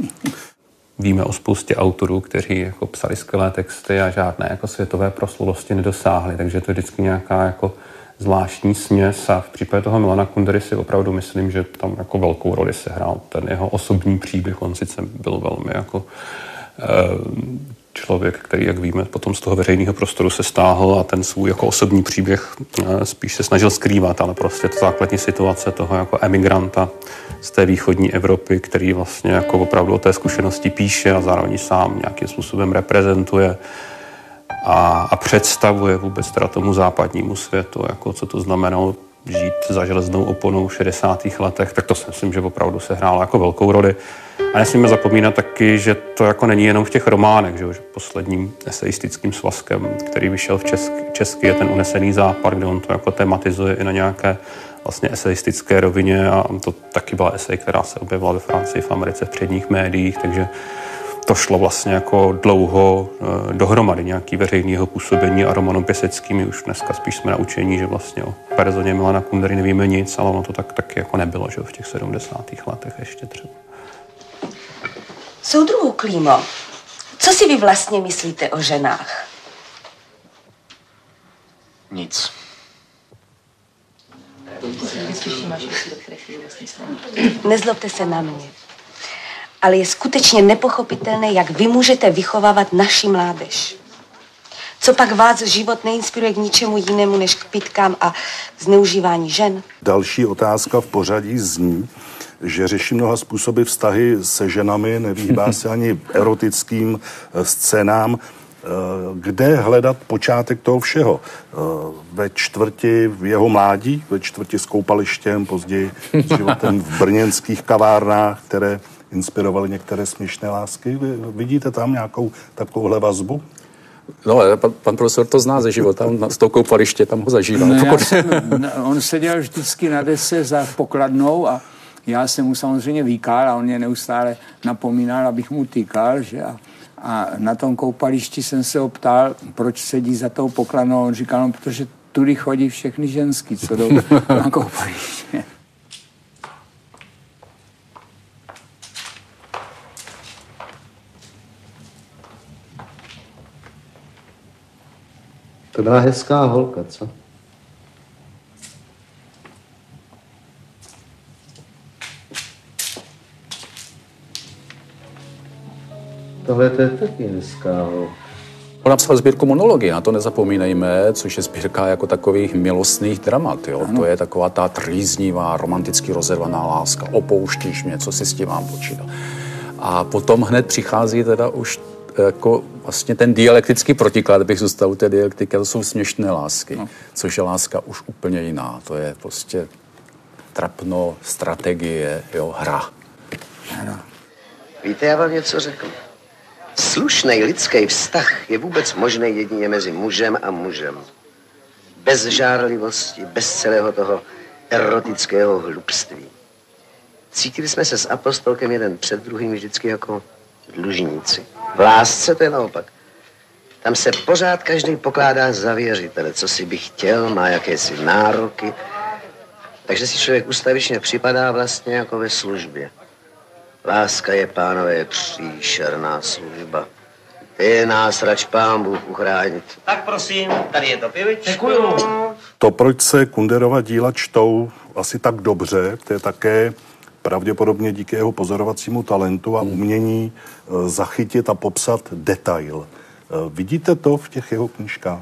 Víme o spoustě autorů, kteří jako psali skvělé texty a žádné jako světové proslulosti nedosáhli, takže to je vždycky nějaká jako zvláštní směs a v případě toho Milana Kundery si opravdu myslím, že tam jako velkou roli sehrál ten jeho osobní příběh. On sice byl velmi jako člověk, který, jak víme, potom z toho veřejného prostoru se stáhl a ten svůj jako osobní příběh spíš se snažil skrývat, ale prostě to základní situace toho jako emigranta z té východní Evropy, který vlastně jako opravdu o té zkušenosti píše a zároveň sám nějakým způsobem reprezentuje a, a představuje vůbec teda tomu západnímu světu, jako co to znamenalo žít za železnou oponou v šedesátých letech, tak to si myslím, že opravdu se hrálo jako velkou roli. A nesmíme zapomínat taky, že to jako není jenom v těch románech, že, že posledním eseistickým svazkem, který vyšel v česky, česky, je ten Unesený západ, kde on to jako tematizuje i na nějaké vlastně eseistické rovině a to taky byla esej, která se objevila ve Francii, v Americe, v předních médiích, takže to šlo vlastně jako dlouho eh, dohromady nějaký veřejného působení a Romanem Pěseckým už dneska spíš jsme naučení, že vlastně o personě Milana Kundery nevíme nic, ale ono to tak taky jako nebylo, že v těch sedmdesátých letech ještě třeba. Soudruhu Klímo, co si vy vlastně myslíte o ženách? Nic. Nezlobte se na mě, ale je skutečně nepochopitelné, jak vy můžete vychovávat naši mládež. Co pak vás život neinspiruje k ničemu jinému než k pitkám a zneužívání žen? Další otázka v pořadí zní, že řeší mnoha způsoby vztahy se ženami, nevyhýbá se ani erotickým scénám. Kde hledat počátek toho všeho? Ve čtvrti v jeho mládí, ve čtvrti s koupalištěm, později s životem v brněnských kavárnách, které inspirovaly některé směšné lásky. Vy vidíte tam nějakou takovouhle vazbu? No, pan, pan profesor to zná ze života, on z toho koupaliště tam ho zažíval. No, já jsem, on seděl vždycky na dese za pokladnou a já jsem mu samozřejmě výkal a on mě neustále napomínal, abych mu týkal, že a, a na tom koupališti jsem se ho ptal, proč sedí za tou pokladnou. On říkal, no, protože tudy chodí všechny ženský, co jdou na koupaliště. To byla hezká holka, co? Tohle to je taky hezká holka. On napsal sbírku monologie, na to nezapomínejme, což je sbírka jako takových milostných dramat. Jo? To je taková ta trýznivá, romanticky rozervaná láska. Opouštíš mě, co si s tím mám počítat. A potom hned přichází teda už jako vlastně ten dialektický protiklad, bych zůstal u té dialektiky, to jsou směšné lásky, no. Což je láska už úplně jiná. To je prostě trapno, strategie, jo, hra. Ano. Víte, já vám něco řeknu. Slušný lidský vztah je vůbec možný jedině mezi mužem a mužem. Bez žárlivosti, bez celého toho erotického hlupství. Cítili jsme se s apostolkem jeden před druhým vždycky jako dlužníci. V lásce to je naopak. Tam se pořád každý pokládá za věřitele, co si by chtěl, má jakési nároky. Takže si člověk ustavičně připadá vlastně jako ve službě. Láska je, pánové, příšerná služba. Ty nás rač pán Bůh uchránit. Tak prosím, tady je to pivičko. To, proč se Kunderova díla čtou asi tak dobře, to je také pravděpodobně díky jeho pozorovacímu talentu a umění zachytit a popsat detail. Vidíte to v těch jeho knížkách?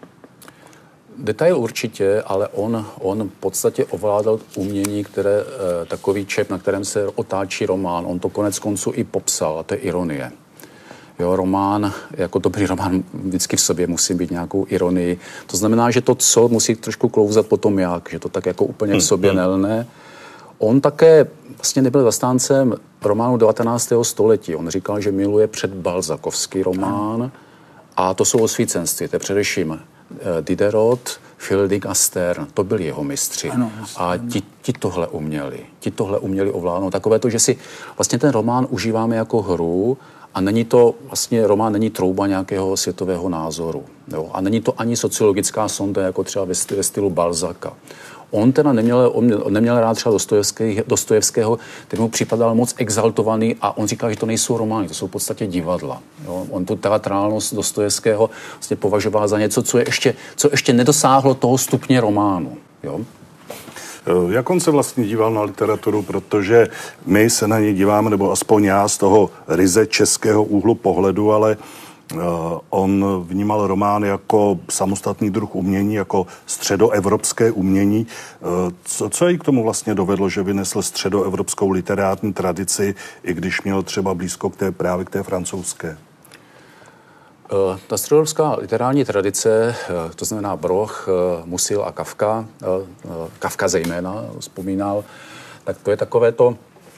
Detail určitě, ale on, on v podstatě ovládal umění, které, takový čep, na kterém se otáčí román. On to konec konců i popsal, a to je ironie. Jo, román, jako dobrý román, vždycky v sobě musí být nějakou ironii. To znamená, že to co musí trošku klouzat potom jak, že to tak jako úplně v sobě nelne. On také vlastně nebyl zastáncem románu devatenáctého století. On říkal, že miluje předbalzakovský román a to jsou osvícenství, to je především Diderot, Fielding a Stern, to byli jeho mistři. Ano, a ti, ti tohle uměli. Ti tohle uměli ovládnout. Takové to, že si vlastně ten román užíváme jako hru a není to, vlastně román není trouba nějakého světového názoru. Jo? A není to ani sociologická sonda, jako třeba ve, ve stylu Balzaka. On teda neměl, on neměl rád třeba Dostojevského, který mu připadal moc exaltovaný a on říkal, že to nejsou romány, to jsou v podstatě divadla. Jo? On tu teatrálnost Dostojevského vlastně považoval za něco, co, je ještě, co ještě nedosáhlo toho stupně románu. Jo? Jak on se vlastně díval na literaturu, protože my se na něj díváme, nebo aspoň já z toho ryze českého úhlu pohledu, ale On vnímal román jako samostatný druh umění, jako středoevropské umění. Co, co jej k tomu vlastně dovedlo, že vynesl středoevropskou literární tradici, i když měl třeba blízko k té, právě k té francouzské? Ta středoevropská literární tradice, to znamená Broch, Musil a Kafka, Kafka zejména vzpomínal, tak to je takové to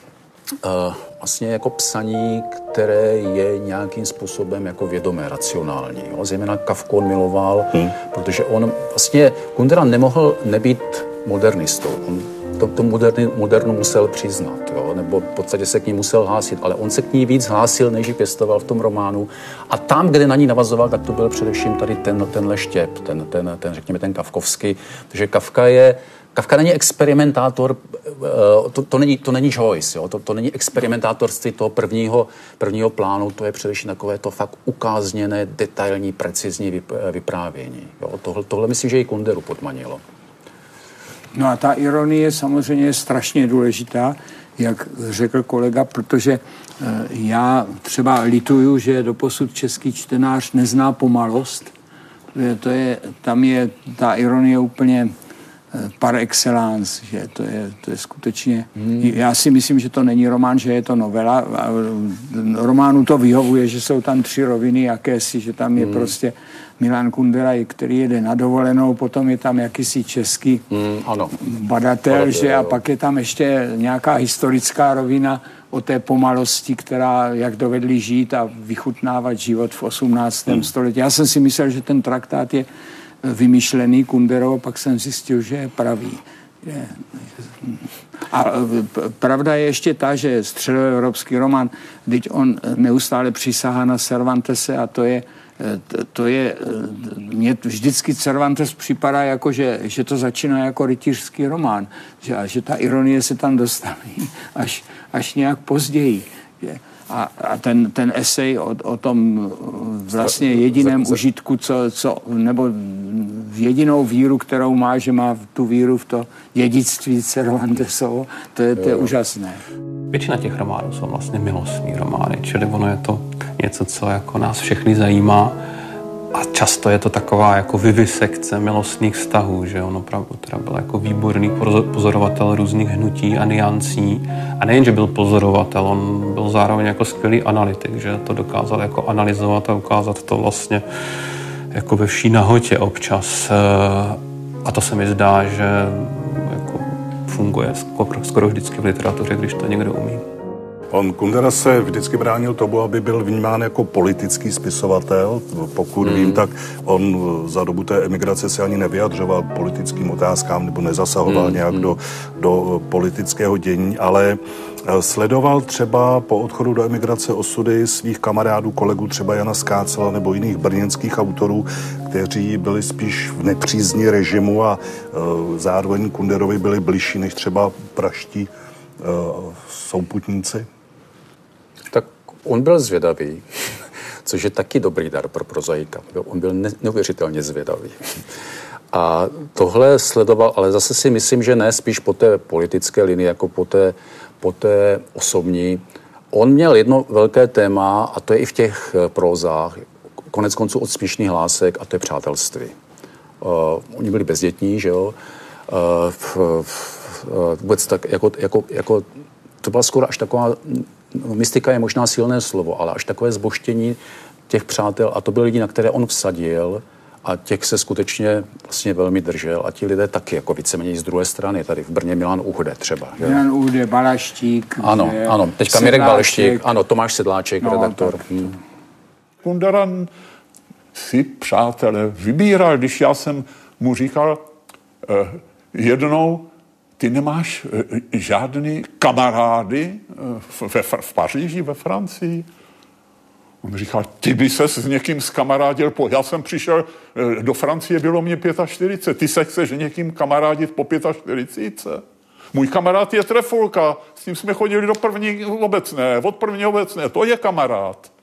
vlastně jako psaní, které je nějakým způsobem jako vědomé, racionální. Jo? Zejména Kafku on miloval, hmm. protože on vlastně, Kundera nemohl nebýt modernistou. On to, to moderni, modernu musel přiznat, jo? Nebo v podstatě se k ní musel hlásit, ale on se k ní víc hlásil, než ji pěstoval v tom románu. A tam, kde na ní navazoval, tak to byl především tady ten, tenhle štěp, ten, ten, ten, řekněme, ten kafkovský, protože Kafka je Kafka není experimentátor, to, to, není, to není Joyce, jo? To, to není experimentátorství toho prvního, prvního plánu, to je především takové to fakt ukázněné, detailní, precizní vyprávění. Jo? Tohle, tohle myslím, že i Kunderu podmanilo. No a ta ironie samozřejmě je strašně důležitá, jak řekl kolega, protože já třeba lituju, že doposud český čtenář nezná pomalost. To je, tam je ta ironie úplně par excellence, že to je, to je skutečně... Hmm. Já si myslím, že to není román, že je to novela. Románu to vyhovuje, že jsou tam tři roviny jakési, že tam je hmm. prostě Milan Kundera, který jede na dovolenou, potom je tam jakýsi český hmm, ano. badatel, Badatel, že jo. A pak je tam ještě nějaká historická rovina o té pomalosti, která, jak dovedli žít a vychutnávat život v osmnáctém Hmm. století. Já jsem si myslel, že ten traktát je vymyšlený Kunderou, pak jsem zjistil, že je pravý. Je. A pravda je ještě ta, že středoevropský román, teď on neustále přísahá na Cervantese a to je, to je, mně vždycky Cervantes připadá jako, že, že to začíná jako rytířský román, že, že ta ironie se tam dostaví až, až nějak později. Je. A, a ten, ten esej o, o tom vlastně jediném užitku, co, co, nebo jedinou víru, kterou má, že má tu víru v to dědictví Cervantesovo, to je, to je úžasné. Většina těch románů jsou vlastně milostní romány, čili ono je to něco, co jako nás všechny zajímá a často je to taková jako vivisekce milostných vztahů, že on opravdu teda byl jako výborný pozorovatel různých hnutí a niancí. A nejen, že byl pozorovatel, on byl zároveň jako skvělý analytik, že to dokázal jako analyzovat a ukázat to vlastně jako ve vší nahotě občas. A to se mi zdá, že jako funguje skoro, skoro vždycky v literatuře, když to někdo umí. On Kundera se vždycky bránil tomu, aby byl vnímán jako politický spisovatel. Pokud mm. vím, tak on za dobu té emigrace se ani nevyjadřoval politickým otázkám nebo nezasahoval mm. nějak mm. do, do politického dění, ale sledoval třeba po odchodu do emigrace osudy svých kamarádů, kolegů, třeba Jana Skácela nebo jiných brněnských autorů, kteří byli spíš v nepřízni režimu a uh, zároveň Kunderovi byli bližší než třeba praští uh, souputníci. Tak on byl zvědavý, což je taky dobrý dar pro prozaika. On byl neuvěřitelně zvědavý. A tohle sledoval, ale zase si myslím, že ne spíš po té politické linii, jako po té, po té osobní. On měl jedno velké téma, a to je i v těch prózách, konec konců od Směšných hlásek, a to je přátelství. Uh, oni byli bezdětní, že jo? Uh, v, v, uh, vůbec tak, jako, jako, jako, to byla skoro až taková, no, mystika je možná silné slovo, ale až takové zboštění těch přátel, a to byly lidi, na které on vsadil, a těch se skutečně vlastně velmi držel. A ti lidé taky, jako víceméně z druhé strany. Tady v Brně Milan Uhde třeba. Že? Milan Uhde, Balaštík. Ano, že? ano. Teďka Mirek Balaštík. Ano, Tomáš Sedláček, no, redaktor. Hmm. Kundera si přátelé vybíral, když já jsem mu říkal eh, jednou, ty nemáš eh, žádný kamarády eh, ve, v Paříži, ve Francii? On říkal, ty by ses s někým zkamarádil, po... já jsem přišel do Francie, bylo mě čtyřicet pět, ty se chceš někým kamarádit po čtyřicet pět. Můj kamarád je Trefulka, s tím jsme chodili do první obecné, od první obecné, to je kamarád.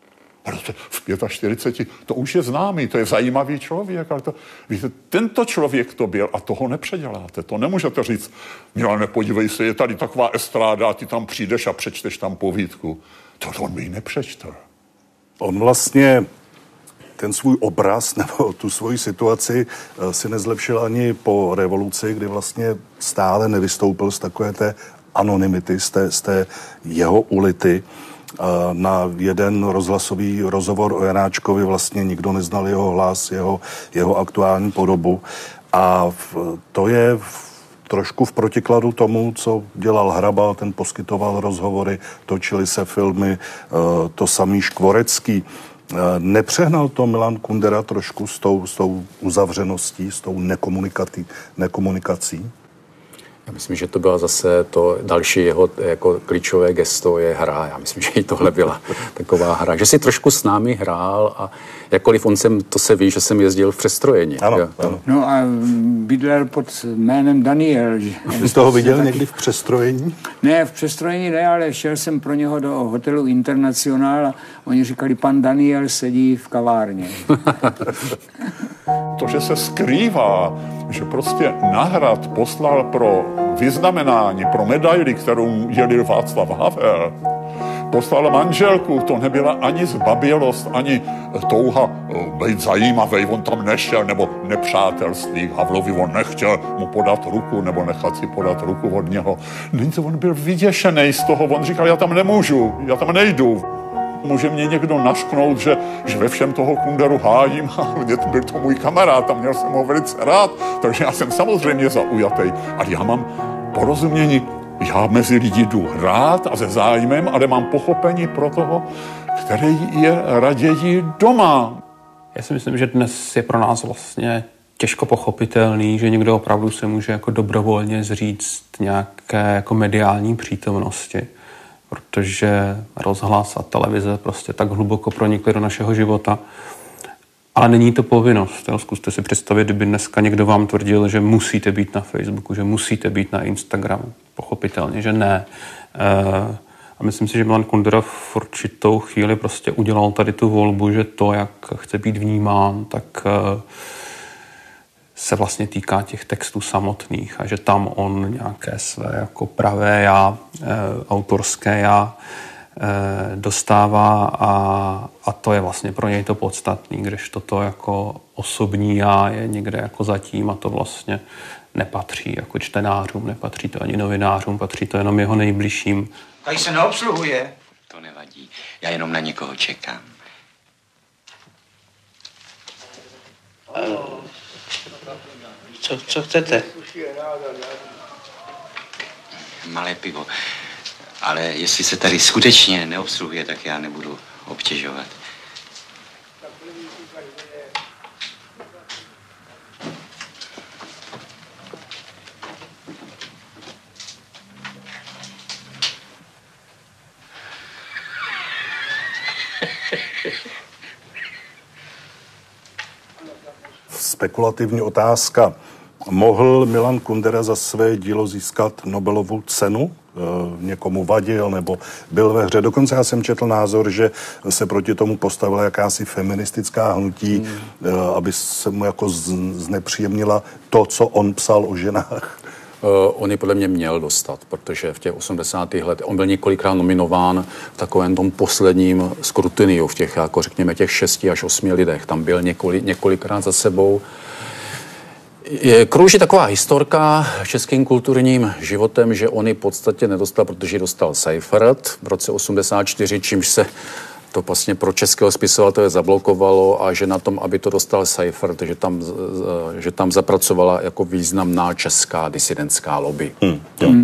V čtyřicet pět, to už je známý, to je zajímavý člověk. Ale to, víte, tento člověk to byl a toho nepředěláte, to nemůžete říct, Milane, podívej se, je tady taková estráda a ty tam přijdeš a přečteš tam povídku. To on by ji nepřečtel. On vlastně ten svůj obraz nebo tu svoji situaci si nezlepšil ani po revoluci, kdy vlastně stále nevystoupil z takové té anonymity, z té, z té jeho ulity. Na jeden rozhlasový rozhovor o Janáčkovi vlastně nikdo neznal jeho hlas, jeho, jeho aktuální podobu. A to je trošku v protikladu tomu, co dělal Hrabal, ten poskytoval rozhovory, točily se filmy, to samý Škvorecký. Nepřehnal to Milan Kundera trošku s tou, s tou uzavřeností, s tou nekomunikací? Já myslím, že to byla zase to další jeho jako klíčové gesto je hra. Já myslím, že i tohle byla taková hra. Že si trošku s námi hrál a jakkoliv on jsem, to se ví, že jsem jezdil v přestrojení. Ano, ano. No a bydlel pod jménem Daniel. Jsi z toho viděl někdy v přestrojení? Ne, v přestrojení ne, ale šel jsem pro něho do hotelu Internacionál a oni říkali, pan Daniel sedí v kavárně. To, že se skrývá, že prostě na Hrad poslal pro vyznamenání, pro medaili, kterou dělil Václav Havel, poslal manželku, to nebyla ani zbabělost, ani touha být zajímavý, on tam nešel, nebo nepřátelství Havlovi, on nechtěl mu podat ruku, nebo nechat si podat ruku od něho. Není to, on byl vyděšený z toho, on říkal, já tam nemůžu, já tam nejdu. Může mě někdo našknout, že, že ve všem toho Kunderu hájím, a byl to můj kamarád a měl jsem ho velice rád, takže já jsem samozřejmě zaujatý. Ale já mám porozumění, já mezi lidi jdu rád a se zájmem, ale mám pochopení pro toho, který je raději doma. Já si myslím, že dnes je pro nás vlastně těžko pochopitelný, že někdo opravdu se může jako dobrovolně zříct nějaké jako mediální přítomnosti, protože rozhlas a televize prostě tak hluboko pronikly do našeho života. Ale není to povinnost. Jo? Zkuste si představit, kdyby dneska někdo vám tvrdil, že musíte být na Facebooku, že musíte být na Instagramu. Pochopitelně, že ne. E, a myslím si, že Milan Kundera v určitou chvíli prostě udělal tady tu volbu, že to, jak chce být vnímán, tak e, se vlastně týká těch textů samotných a že tam on nějaké své jako pravé já, e, autorské já e, dostává a, a to je vlastně pro něj to podstatný, když toto jako osobní já je někde jako zatím a to vlastně nepatří jako čtenářům, nepatří to ani novinářům, patří to jenom jeho nejbližším. Tady se neobsluhuje. To nevadí, já jenom na někoho čekám. Co, co chcete? Malé pivo. Ale jestli se tady skutečně neobsluhuje, tak já nebudu obtěžovat. Spekulativní otázka. Mohl Milan Kundera za své dílo získat Nobelovu cenu? E, někomu vadil nebo byl ve hře? Dokonce já jsem četl názor, že se proti tomu postavila jakási feministická hnutí, hmm. e, aby se mu jako znepříjemnila to, co on psal o ženách. Uh, on ji podle mě měl dostat, protože v těch osmdesátých letech, on byl několikrát nominován v takovém tom posledním skrutiniu, v těch, jako řekněme, těch šesti až osmi lidech. Tam byl několik, několikrát za sebou. Je, krouží taková historka českým kulturním životem, že on ji v podstatě nedostal, protože ji dostal Seifert v roce osmdesát čtyři, čímž se to vlastně pro českého spisovatele zablokovalo a že na tom, aby to dostal Seifert, že tam, že tam zapracovala jako významná česká disidentská lobby. Hmm. Hmm.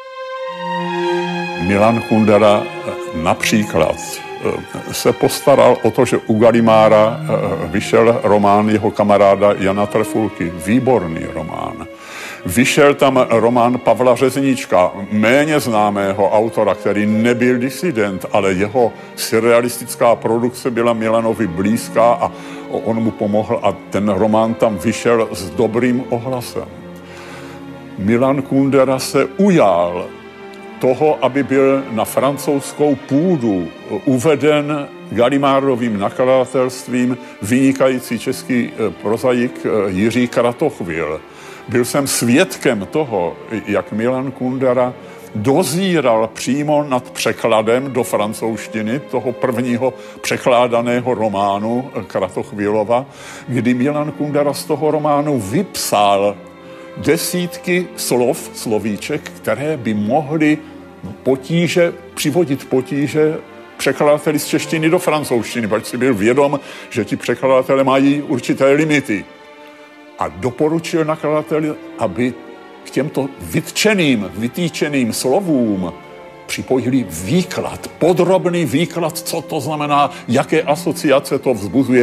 Milan Kundera například se postaral o to, že u Gallimára vyšel román jeho kamaráda Jana Trefulky, výborný román. Vyšel tam román Pavla Řezníčka, méně známého autora, který nebyl disident, ale jeho surrealistická produkce byla Milanovi blízká a on mu pomohl a ten román tam vyšel s dobrým ohlasem. Milan Kundera se ujal toho, aby byl na francouzskou půdu uveden Gallimárovým nakladatelstvím vynikající český prozaik Jiří Kratochvil. Byl jsem svědkem toho, jak Milan Kundera dozíral přímo nad překladem do francouzštiny toho prvního překládaného románu Kratochvílova, kdy Milan Kundera z toho románu vypsal desítky slov, slovíček, které by mohly potíže, přivodit potíže překladateli z češtiny do francouzštiny, protože si byl vědom, že ti překladatelé mají určité limity. A doporučil nakladateli, aby k těmto vytčeným, vytýčeným slovům připojili výklad, podrobný výklad, co to znamená, jaké asociace to vzbuzuje.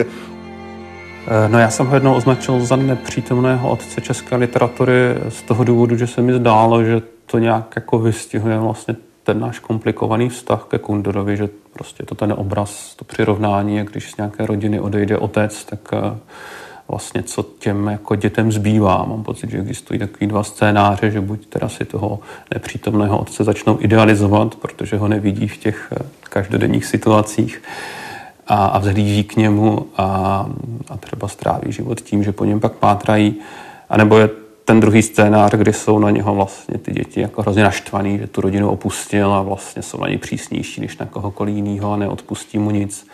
No já jsem ho jednou označil za nepřítomného otce české literatury z toho důvodu, že se mi zdálo, že to nějak jako vystihuje vlastně ten náš komplikovaný vztah ke Kunderovi, že prostě to ten obraz, to přirovnání, když z nějaké rodiny odejde otec, tak vlastně co těm jako dětem zbývá. Mám pocit, že existují takový dva scénáře, že buď teda si toho nepřítomného otce začnou idealizovat, protože ho nevidí v těch každodenních situacích a, a vzhlíží k němu a, a třeba stráví život tím, že po něm pak pátrají. A nebo je ten druhý scénář, kdy jsou na něho vlastně ty děti jako hrozně naštvaný, že tu rodinu opustil a vlastně jsou na něj přísnější než na kohokoliv jinýho a neodpustí mu nic.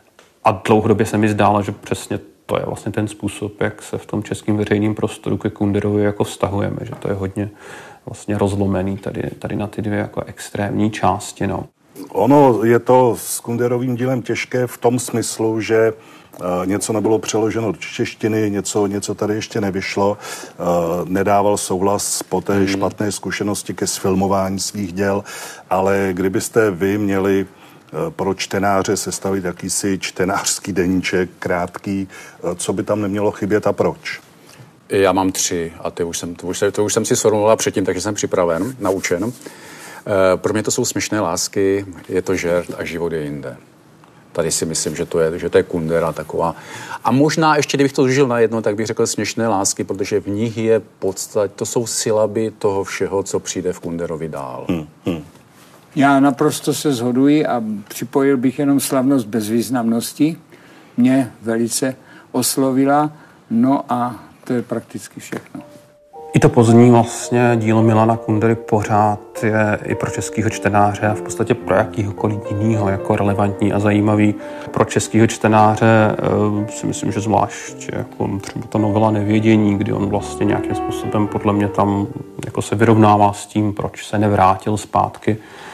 A dlouhodobě se mi zdálo, že přesně to je vlastně ten způsob, jak se v tom českém veřejném prostoru ke Kunderovi jako vztahujeme, že to je hodně vlastně rozlomený tady, tady na ty dvě jako extrémní části. No. Ono je to s Kunderovým dílem těžké v tom smyslu, že něco nebylo přeloženo do češtiny, něco, něco tady ještě nevyšlo. Nedával souhlas po té špatné zkušenosti ke sfilmování svých děl, ale kdybyste vy měli pro čtenáře sestavit jakýsi čtenářský deníček, krátký, co by tam nemělo chybět a proč? Já mám tři a ty už jsem, to už, to už jsem si sformuloval předtím, takže jsem připraven, naučen. Pro mě to jsou směšné lásky, je to žert a život je jinde. Tady si myslím, že to je, že to je Kundera taková. A možná ještě, kdybych to zužil na jedno, tak bych řekl směšné lásky, protože v nich je podstatě, to jsou sylaby toho všeho, co přijde v Kunderovi dál. Hmm, hmm. Já naprosto se shoduji a připojil bych jenom Slavnost bezvýznamnosti. Mě velice oslovila, no a to je prakticky všechno. I to pozdní vlastně dílo Milana Kundery pořád je i pro českého čtenáře a v podstatě pro jakýhokoliv jinýho jako relevantní a zajímavý. Pro českého čtenáře si myslím, že zvlášť jako třeba ta novela Nevědění, kdy on vlastně nějakým způsobem podle mě tam jako se vyrovnává s tím, proč se nevrátil zpátky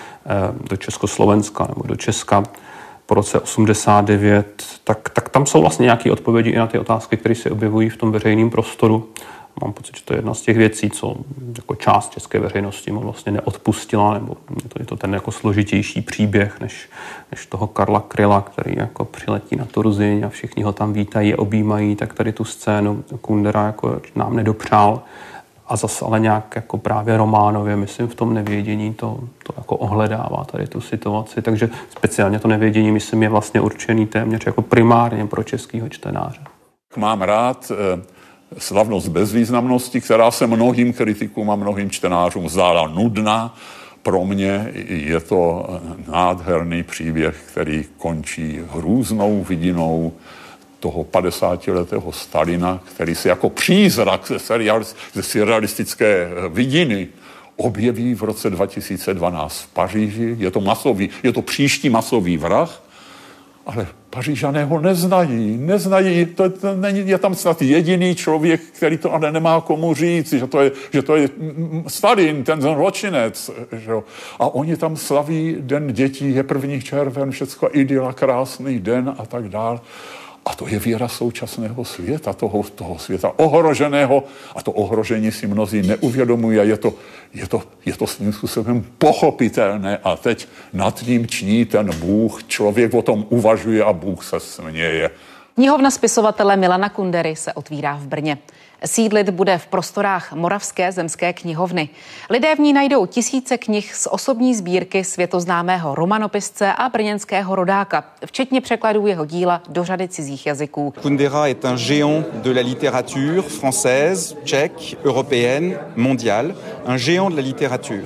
do Československa nebo do Česka po roce osmdesát devět, tak, tak tam jsou vlastně nějaké odpovědi i na ty otázky, které se objevují v tom veřejném prostoru. Mám pocit, že to je jedna z těch věcí, co jako část české veřejnosti mu vlastně neodpustila, nebo je to, je to ten jako složitější příběh než, než toho Karla Kryla, který jako přiletí na tu Ruzyň a všichni ho tam vítají, objímají, tak tady tu scénu Kundera jako nám nedopřál. A zase ale nějak jako právě románově, myslím, v tom Nevědění to, to jako ohledává tady tu situaci. Takže speciálně to Nevědění, myslím, je vlastně určený téměř jako primárně pro českého čtenáře. Mám rád Slavnost bezvýznamnosti, která se mnohým kritikům a mnohým čtenářům zdála nudná. Pro mě je to nádherný příběh, který končí hrůznou vidinou toho padesátiletého Stalina, který se jako přízrak ze surrealistické vidiny objeví v roce dva tisíce dvanáct v Paříži. Je to masový, je to příští masový vrah, ale Pařížané ho neznají, neznají, to, to není, je tam snad jediný člověk, který to ale nemá komu říct, že to je, že to je Stalin, ten zločinec. Že jo. A oni tam slaví Den dětí, je první červen, všecko idyla, krásný den a tak dál. A to je víra současného světa, toho, toho světa ohroženého. A to ohrožení si mnozí neuvědomují a je to, je to, je to svým způsobem pochopitelné. A teď nad ním ční ten Bůh, člověk o tom uvažuje a Bůh se směje. Knihovna spisovatele Milana Kundery se otvírá v Brně. Sídlit bude v prostorách Moravské zemské knihovny. Lidé v ní najdou tisíce knih z osobní sbírky světoznámého romanopisce a brněnského rodáka, včetně překladů jeho díla do řady cizích jazyků. Kundera est un géant de la littérature française, tchèque, européenne, mondiale, un géant de la littérature.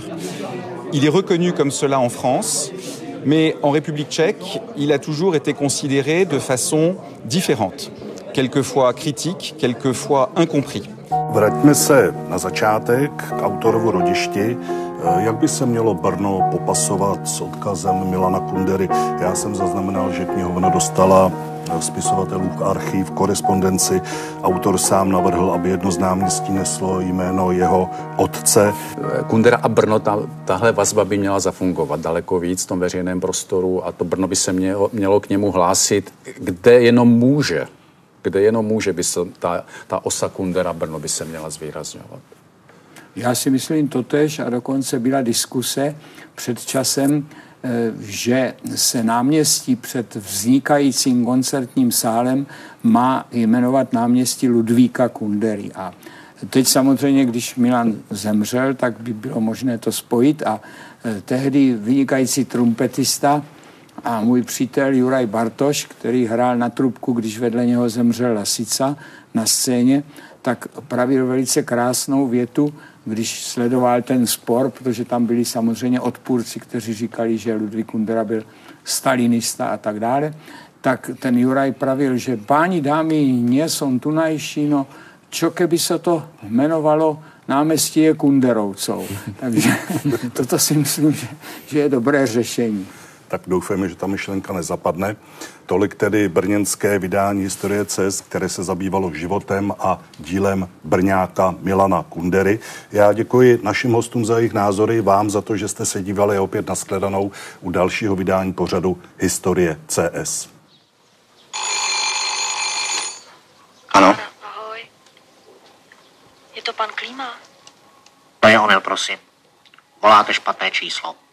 Il est reconnu comme cela en France, mais en République tchèque, il a toujours été considéré de façon différente. Quelquefois critique, quelquefois incompris. Vraťme se na začátek k autorovu rodišti. Jak by se mělo Brno popasovat s odkazem Milana Kundery? Já jsem zaznamenal, že knihovna dostala spisovatelův archiv, korespondenci. Autor sám navrhl, aby jedno z náměstí neslo jméno jeho otce. Kundera a Brno, ta, tahle vazba by měla zafungovat daleko víc v tom veřejném prostoru a to Brno by se mělo, mělo k němu hlásit, kde jenom může. Kde jenom může by se ta, ta osa Kundera Brno by se měla zvýrazňovat. Já si myslím totéž a dokonce byla diskuse před časem, že se náměstí před vznikajícím koncertním sálem má jmenovat náměstí Ludvíka Kundery. A teď samozřejmě, když Milan zemřel, tak by bylo možné to spojit a tehdy vynikající trumpetista a můj přítel Juraj Bartoš, který hrál na trubku, když vedle něho zemřel Lasica na scéně, tak pravil velice krásnou větu, když sledoval ten spor, protože tam byli samozřejmě odpůrci, kteří říkali, že Ludvík Kundera byl stalinista a tak dále, tak ten Juraj pravil, že páni dámy nie som tunajší, no čo keby se to jmenovalo náměstí je Kunderovcov. Takže toto si myslím, že, že je dobré řešení. Tak doufejme, že ta myšlenka nezapadne. Tolik tedy brněnské vydání Historie C S, které se zabývalo životem a dílem Brňáka Milana Kundery. Já děkuji našim hostům za jejich názory, vám za to, že jste se dívali opět na shledanou u dalšího vydání pořadu Historie C S. Ano. Ahoj. Je to pan Klíma? To je Omyl, prosím. Voláte špatné číslo.